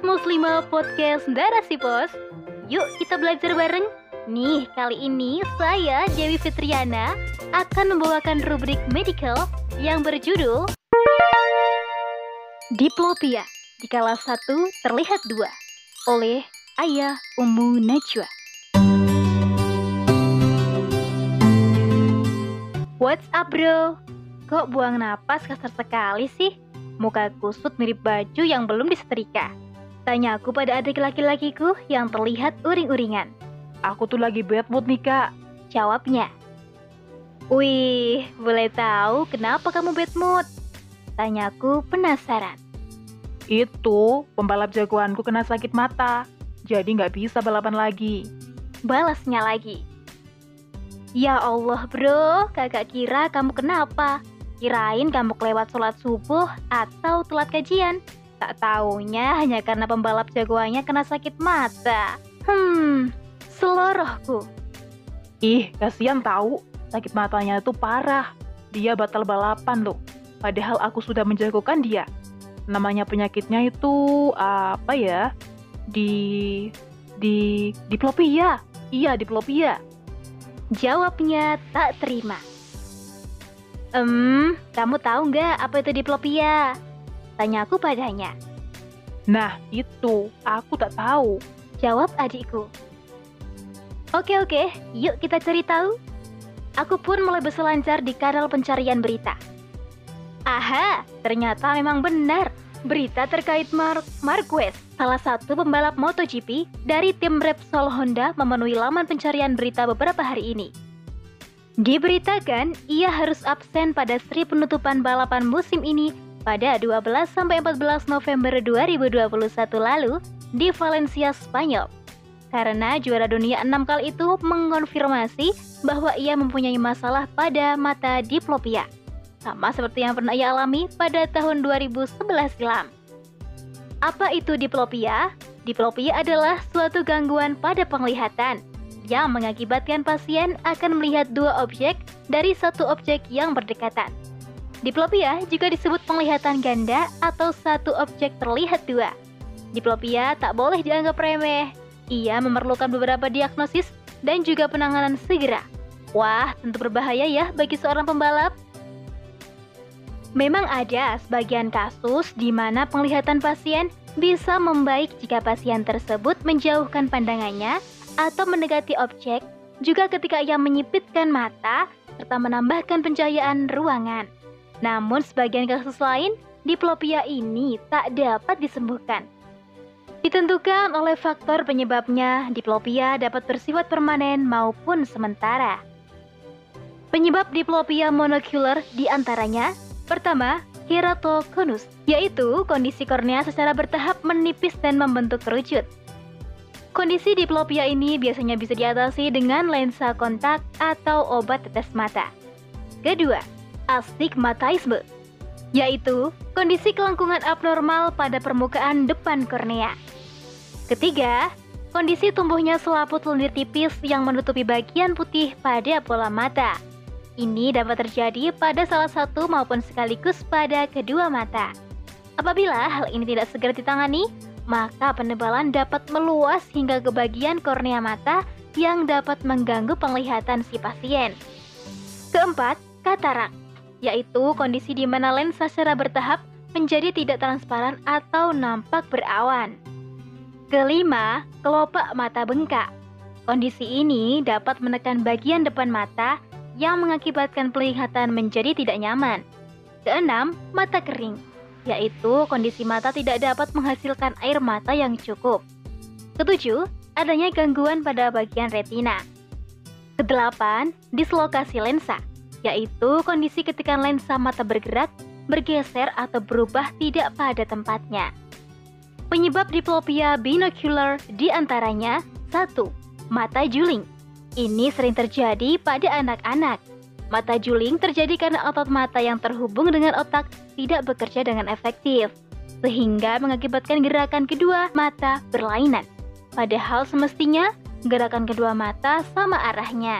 Sobat Muslimah Podcast Narasi Pos. Yuk kita belajar bareng. Nih, kali ini saya, Dewi Fitriana, akan membawakan rubrik medical yang berjudul Diplopia, dikala satu terlihat dua, oleh Ayah Ummu Najwa. What's up bro? Kok buang napas kasar sekali sih? Muka kusut mirip baju yang belum disetrika. Tanya aku pada adik laki-lakiku yang terlihat uring-uringan. Aku tuh lagi bad mood nih kak. Jawabnya. Wih, boleh tahu kenapa kamu bad mood? Tanyaku penasaran. Itu pembalap jagoanku kena sakit mata, jadi nggak bisa balapan lagi. Balasnya lagi. Ya Allah bro, kakak kira kamu kenapa? Kirain kamu kelewat sholat subuh atau telat kajian. Tak taunya hanya karena pembalap jagoannya kena sakit mata. Selorohku. Ih, kasihan tahu. Sakit matanya itu parah. Dia batal balapan loh. Padahal aku sudah menjagokan dia. Namanya penyakitnya itu apa ya? Diplopia. Iya, diplopia. Jawabnya tak terima. Kamu tahu nggak apa itu diplopia? Tanyaku padanya. Nah, itu aku tak tahu. Jawab adikku. Oke, yuk kita cari tahu. Aku pun mulai berselancar di kanal pencarian berita. Aha, ternyata memang benar. Berita terkait Marc Marquez, salah satu pembalap MotoGP dari tim Repsol Honda, memenuhi laman pencarian berita beberapa hari ini. Diberitakan ia harus absen pada seri penutupan balapan musim ini pada 12-14 November 2021 lalu di Valencia, Spanyol. Karena juara dunia 6 kali itu mengonfirmasi bahwa ia mempunyai masalah pada mata diplopia, sama seperti yang pernah ia alami pada tahun 2011 silam. Apa itu diplopia? Diplopia adalah suatu gangguan pada penglihatan yang mengakibatkan pasien akan melihat dua objek dari satu objek yang berdekatan. Diplopia juga disebut penglihatan ganda atau satu objek terlihat dua. Diplopia tak boleh dianggap remeh. Ia memerlukan beberapa diagnosis dan juga penanganan segera. Wah, tentu berbahaya ya bagi seorang pembalap. Memang ada sebagian kasus di mana penglihatan pasien bisa membaik jika pasien tersebut menjauhkan pandangannya atau mendekati objek, juga ketika ia menyipitkan mata serta menambahkan pencahayaan ruangan. Namun sebagian kasus lain, diplopia ini tak dapat disembuhkan. Ditentukan oleh faktor penyebabnya, diplopia dapat bersifat permanen maupun sementara. Penyebab diplopia monocular diantaranya, pertama, keratokonus, yaitu kondisi kornea secara bertahap menipis dan membentuk kerucut. Kondisi diplopia ini biasanya bisa diatasi dengan lensa kontak atau obat tetes mata. Kedua, astigmatisme, yaitu kondisi kelengkungan abnormal pada permukaan depan kornea. Ketiga, kondisi tumbuhnya selaput lendir tipis yang menutupi bagian putih pada bola mata. Ini dapat terjadi pada salah satu maupun sekaligus pada kedua mata. Apabila hal ini tidak segera ditangani, maka penebalan dapat meluas hingga ke bagian kornea mata yang dapat mengganggu penglihatan si pasien. Keempat, katarak, yaitu kondisi di mana lensa secara bertahap menjadi tidak transparan atau nampak berawan. Kelima, kelopak mata bengkak. Kondisi ini dapat menekan bagian depan mata yang mengakibatkan penglihatan menjadi tidak nyaman. Keenam, mata kering, yaitu kondisi mata tidak dapat menghasilkan air mata yang cukup. Ketujuh, adanya gangguan pada bagian retina. Kedelapan, dislokasi lensa, yaitu kondisi ketika lensa mata bergerak, bergeser atau berubah tidak pada tempatnya. Penyebab diplopia binocular diantaranya 1. Mata juling. Ini sering terjadi pada anak-anak. Mata juling terjadi karena otot mata yang terhubung dengan otak tidak bekerja dengan efektif, sehingga mengakibatkan gerakan kedua mata berlainan. Padahal semestinya gerakan kedua mata sama arahnya.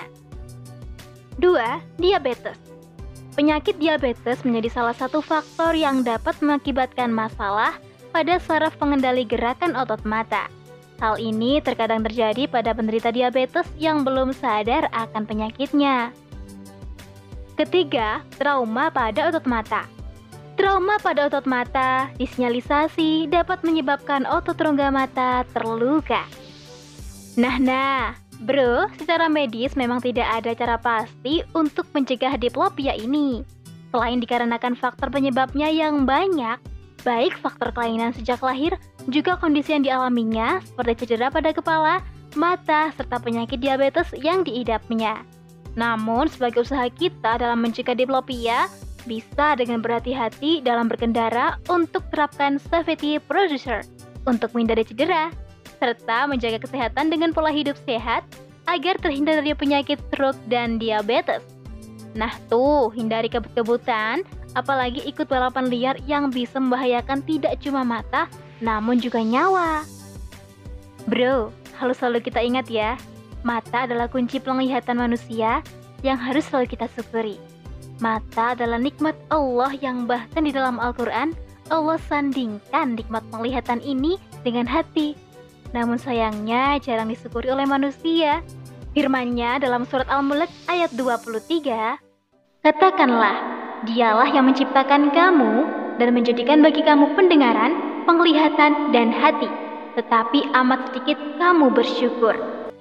2. Diabetes. Penyakit diabetes menjadi salah satu faktor yang dapat mengakibatkan masalah pada saraf pengendali gerakan otot mata. Hal ini terkadang terjadi pada penderita diabetes yang belum sadar akan penyakitnya. Ketiga, trauma pada otot mata. Trauma pada otot mata disinyalisasi dapat menyebabkan otot rongga mata terluka. Nah, bro, secara medis memang tidak ada cara pasti untuk mencegah diplopia ini. Selain dikarenakan faktor penyebabnya yang banyak, baik faktor kelainan sejak lahir, juga kondisi yang dialaminya seperti cedera pada kepala, mata, serta penyakit diabetes yang diidapnya. Namun, sebagai usaha kita dalam mencegah diplopia, bisa dengan berhati-hati dalam berkendara untuk terapkan safety procedure untuk menghindari cedera, serta menjaga kesehatan dengan pola hidup sehat agar terhindar dari penyakit stroke dan diabetes. Nah tuh, hindari kebut-kebutan, apalagi ikut balapan liar yang bisa membahayakan tidak cuma mata, namun juga nyawa. Bro, harus selalu kita ingat ya, mata adalah kunci penglihatan manusia yang harus selalu kita syukuri. Mata adalah nikmat Allah yang bahkan di dalam Al-Quran, Allah sandingkan nikmat penglihatan ini dengan hati. Namun sayangnya jarang disyukuri oleh manusia. Firman-Nya dalam surat Al-Mulk ayat 23, "Katakanlah, Dialah yang menciptakan kamu dan menjadikan bagi kamu pendengaran, penglihatan, dan hati, tetapi amat sedikit kamu bersyukur."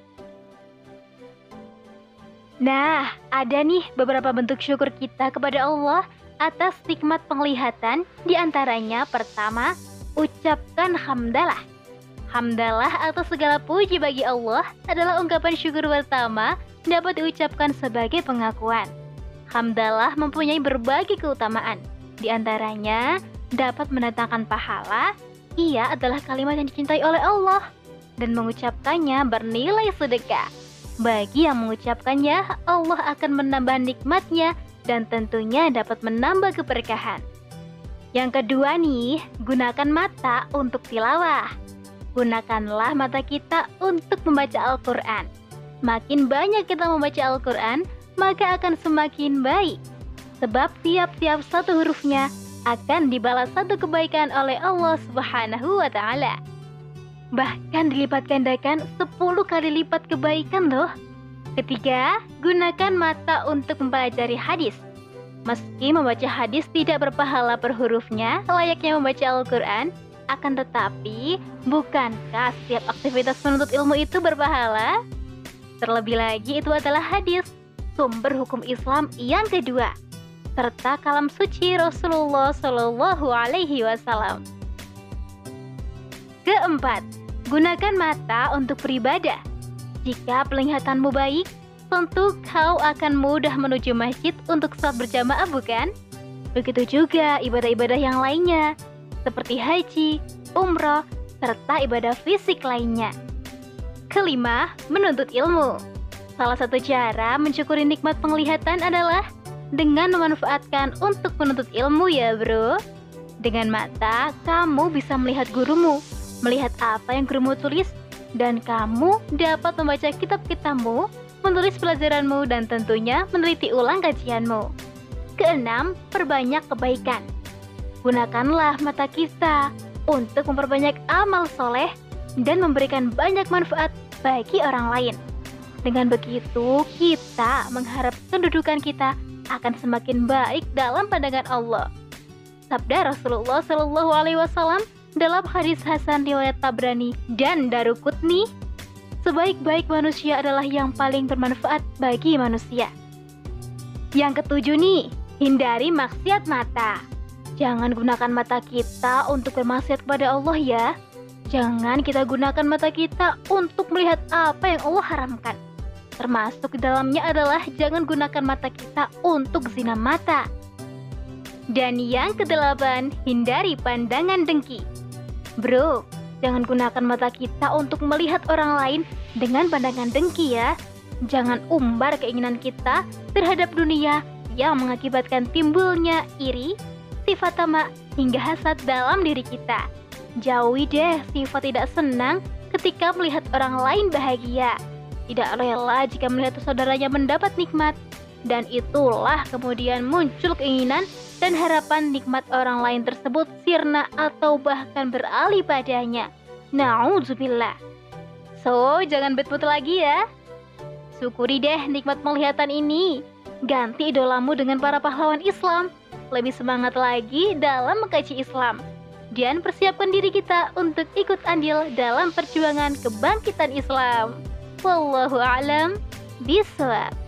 Nah, ada nih beberapa bentuk syukur kita kepada Allah atas nikmat penglihatan. Di antaranya pertama, ucapkan hamdalah. Hamdalah atau segala puji bagi Allah adalah ungkapan syukur pertama dapat diucapkan sebagai pengakuan. Hamdalah mempunyai berbagai keutamaan. Di antaranya dapat mendatangkan pahala. Ia adalah kalimat yang dicintai oleh Allah dan mengucapkannya bernilai sedekah. Bagi yang mengucapkannya, Allah akan menambah nikmatnya dan tentunya dapat menambah keberkahan. Yang kedua nih, gunakan mata untuk tilawah. Gunakanlah mata kita untuk membaca Al-Quran. Makin banyak kita membaca Al-Quran, maka akan semakin baik. Sebab tiap-tiap satu hurufnya akan dibalas satu kebaikan oleh Allah Subhanahu wa Ta'ala. Bahkan dilipat gandakan 10 kali lipat kebaikan loh. Ketiga, gunakan mata untuk mempelajari hadis. Meski membaca hadis tidak berpahala per hurufnya layaknya membaca Al-Quran, akan tetapi bukankah setiap aktivitas menuntut ilmu itu berpahala? Terlebih lagi itu adalah hadis, sumber hukum Islam yang kedua, serta kalam suci Rasulullah Shallallahu Alaihi Wasallam. Keempat, gunakan mata untuk beribadah. Jika penglihatanmu baik, tentu kau akan mudah menuju masjid untuk sholat berjamaah, bukan? Begitu juga ibadah-ibadah yang lainnya, seperti haji, umroh, serta ibadah fisik lainnya. Kelima, menuntut ilmu. Salah satu cara mensyukuri nikmat penglihatan adalah dengan memanfaatkan untuk menuntut ilmu ya bro. Dengan mata, kamu bisa melihat gurumu, melihat apa yang gurumu tulis, dan kamu dapat membaca kitab-kitabmu, menulis pelajaranmu, dan tentunya meneliti ulang kajianmu. Keenam, perbanyak kebaikan. Gunakanlah mata kita untuk memperbanyak amal soleh dan memberikan banyak manfaat bagi orang lain. Dengan begitu, kita mengharap kedudukan kita akan semakin baik dalam pandangan Allah. Sabda Rasulullah Shallallahu Alaihi Wasallam dalam hadis Hasan riwayat Tabrani dan Daruqutni, sebaik-baik manusia adalah yang paling bermanfaat bagi manusia. Yang ketujuh nih, hindari maksiat mata. Jangan gunakan mata kita untuk bermaksiat kepada Allah ya. Jangan kita gunakan mata kita untuk melihat apa yang Allah haramkan. Termasuk di dalamnya adalah jangan gunakan mata kita untuk zina mata. Dan yang kedelapan, hindari pandangan dengki. Bro, jangan gunakan mata kita untuk melihat orang lain dengan pandangan dengki ya. Jangan umbar keinginan kita terhadap dunia yang mengakibatkan timbulnya iri, sifat tamak, hingga hasad dalam diri kita. Jauhi deh sifat tidak senang ketika melihat orang lain bahagia. Tidak rela jika melihat saudaranya mendapat nikmat. Dan itulah kemudian muncul keinginan dan harapan nikmat orang lain tersebut sirna atau bahkan beralih padanya. Na'udzubillah. So, jangan bet-bet lagi ya. Syukuri deh nikmat penglihatan ini. Ganti idolamu dengan para pahlawan Islam. Lebih semangat lagi dalam mengkaji Islam. Dan persiapkan diri kita untuk ikut andil dalam perjuangan kebangkitan Islam. Wallahu a'lam bishawab.